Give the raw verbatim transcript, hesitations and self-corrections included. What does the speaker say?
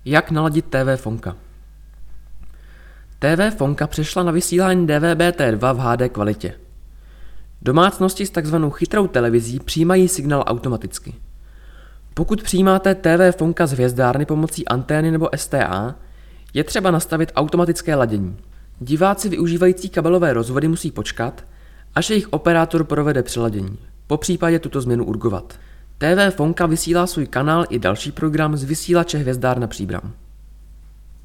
Jak naladit T V Fonka? T V Fonka přešla na vysílání D V B T dva v H D kvalitě. Domácnosti s takzvanou chytrou televizí přijímají signál automaticky. Pokud přijímáte T V Fonka z hvězdárny pomocí antény nebo S T A, je třeba nastavit automatické ladění. Diváci využívající kabelové rozvody musí počkat, až jejich operátor provede přeladění, popřípadě tuto změnu urgovat. T V Fonka vysílá svůj kanál i další program z vysílače Hvězdárna Příbram.